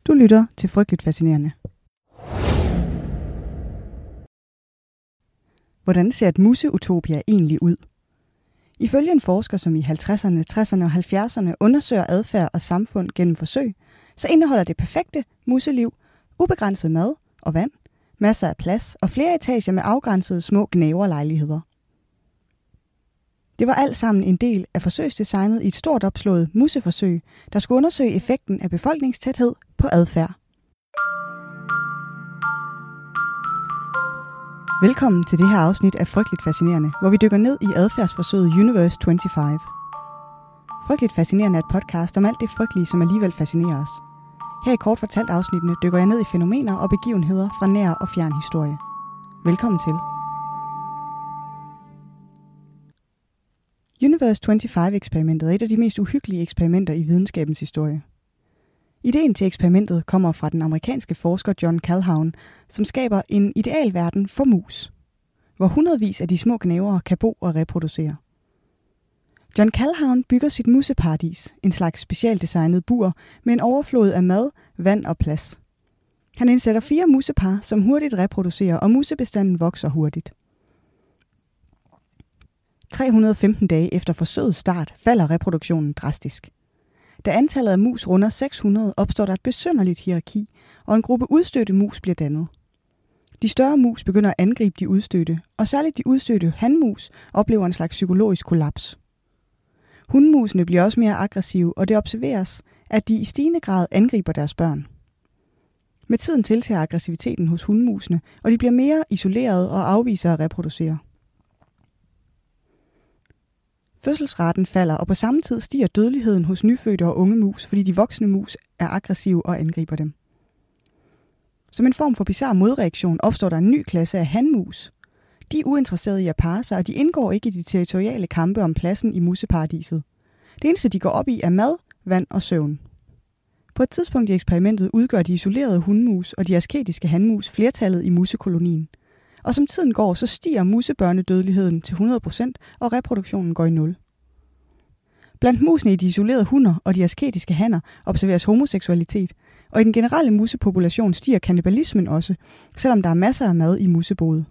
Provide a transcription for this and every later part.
Du lytter til Frygteligt Fascinerende. Hvordan ser et museutopia egentlig ud? Ifølge en forsker, som i 50'erne, 60'erne og 70'erne undersøger adfærd og samfund gennem forsøg, så indeholder det perfekte museliv ubegrænset mad og vand, masser af plads og flere etager med afgrænsede små gnaverlejligheder. Det var alt sammen en del af forsøgsdesignet i et stort opslået museforsøg, der skulle undersøge effekten af befolkningstæthed på adfærd. Velkommen til det her afsnit af Frygteligt Fascinerende, hvor vi dykker ned i adfærdsforsøget Universe 25. Frygteligt Fascinerende er et podcast om alt det frygtelige, som alligevel fascinerer os. Her i kort fortalt afsnittene dykker jeg ned i fænomener og begivenheder fra nær og fjern historie. Velkommen til. Universe 25-eksperimentet er et af de mest uhyggelige eksperimenter i videnskabens historie. Ideen til eksperimentet kommer fra den amerikanske forsker John Calhoun, som skaber en idealverden for mus, hvor hundredvis af de små gnavere kan bo og reproducere. John Calhoun bygger sit museparadis, en slags specialdesignet bur med en overflod af mad, vand og plads. Han indsætter 4 musepar, som hurtigt reproducerer, og musebestanden vokser hurtigt. 315 dage efter forsøgets start falder reproduktionen drastisk. Da antallet af mus runder 600, opstår der et besynderligt hierarki, og en gruppe udstødte mus bliver dannet. De større mus begynder at angribe de udstødte, og særligt de udstødte hanmus oplever en slags psykologisk kollaps. Hunmusene bliver også mere aggressive, og det observeres, at de i stigende grad angriber deres børn. Med tiden tiltager aggressiviteten hos hunmusene, og de bliver mere isolerede og afviser at reproducere. Fødselsraten falder, og på samme tid stiger dødeligheden hos nyfødte og unge mus, fordi de voksne mus er aggressive og angriber dem. Som en form for bizarre modreaktion opstår der en ny klasse af hanmus. De er uinteresserede i at parre sig, og de indgår ikke i de territoriale kampe om pladsen i museparadiset. Det eneste, de går op i, er mad, vand og søvn. På et tidspunkt i eksperimentet udgør de isolerede hunmus og de asketiske hanmus flertallet i musekolonien. Og som tiden går, så stiger musebørnedødeligheden til 100%, og reproduktionen går i 0. Blandt musene i de isolerede hunner og de asketiske hanner observeres homoseksualitet, og i den generelle musepopulation stiger kannibalismen også, selvom der er masser af mad i museboet.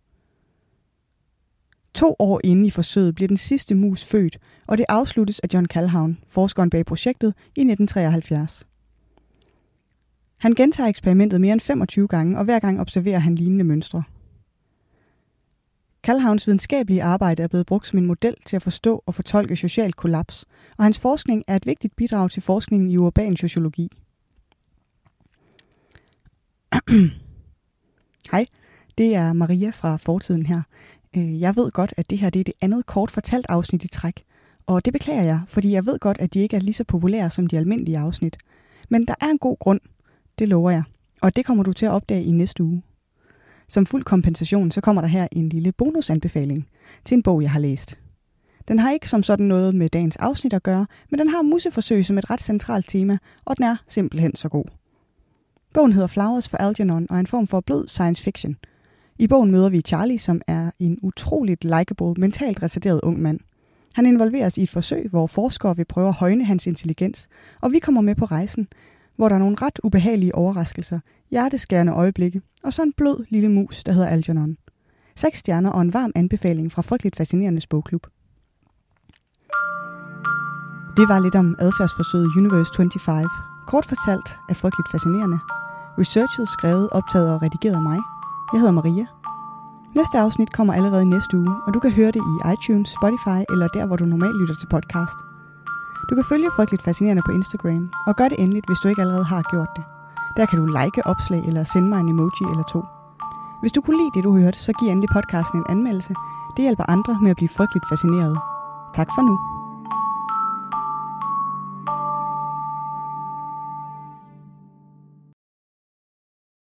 2 år inde i forsøget bliver den sidste mus født, og det afsluttes af John Calhoun, forskeren bag projektet, i 1973. Han gentager eksperimentet mere end 25 gange, og hver gang observerer han lignende mønstre. Calhouns videnskabelige arbejde er blevet brugt som en model til at forstå og fortolke social kollaps, og hans forskning er et vigtigt bidrag til forskningen i urban sociologi. Hej, det er Maria fra Fortiden her. Jeg ved godt, at det her det er det andet kort fortalt afsnit i træk, og det beklager jeg, fordi jeg ved godt, at de ikke er lige så populære som de almindelige afsnit. Men der er en god grund, det lover jeg, og det kommer du til at opdage i næste uge. Som fuld kompensation, så kommer der her en lille bonusanbefaling til en bog, jeg har læst. Den har ikke som sådan noget med dagens afsnit at gøre, men den har museforsøg som et ret centralt tema, og den er simpelthen så god. Bogen hedder Flowers for Algernon og er en form for blød science fiction. I bogen møder vi Charlie, som er en utroligt likable, mentalt retarderet ung mand. Han involveres i et forsøg, hvor forskere vil prøve at højne hans intelligens, og vi kommer med på rejsen, hvor der er nogle ret ubehagelige overraskelser, hjerteskærende øjeblikke, og så en blød lille mus, der hedder Algernon. 6 stjerner og en varm anbefaling fra Frygteligt Fascinerendes bogklub. Det var lidt om adfærdsforsøget Universe 25. Kort fortalt er Frygteligt Fascinerende. Researchet, skrevet, optaget og redigeret af mig. Jeg hedder Maria. Næste afsnit kommer allerede i næste uge, og du kan høre det i iTunes, Spotify eller der, hvor du normalt lytter til podcast. Du kan følge Frygteligt Fascinerende på Instagram, og gør det endeligt, hvis du ikke allerede har gjort det. Der kan du like opslag eller sende mig en emoji eller 2. Hvis du kunne lide det, du hørte, så giv endelig podcasten en anmeldelse. Det hjælper andre med at blive frygteligt fascineret. Tak for nu.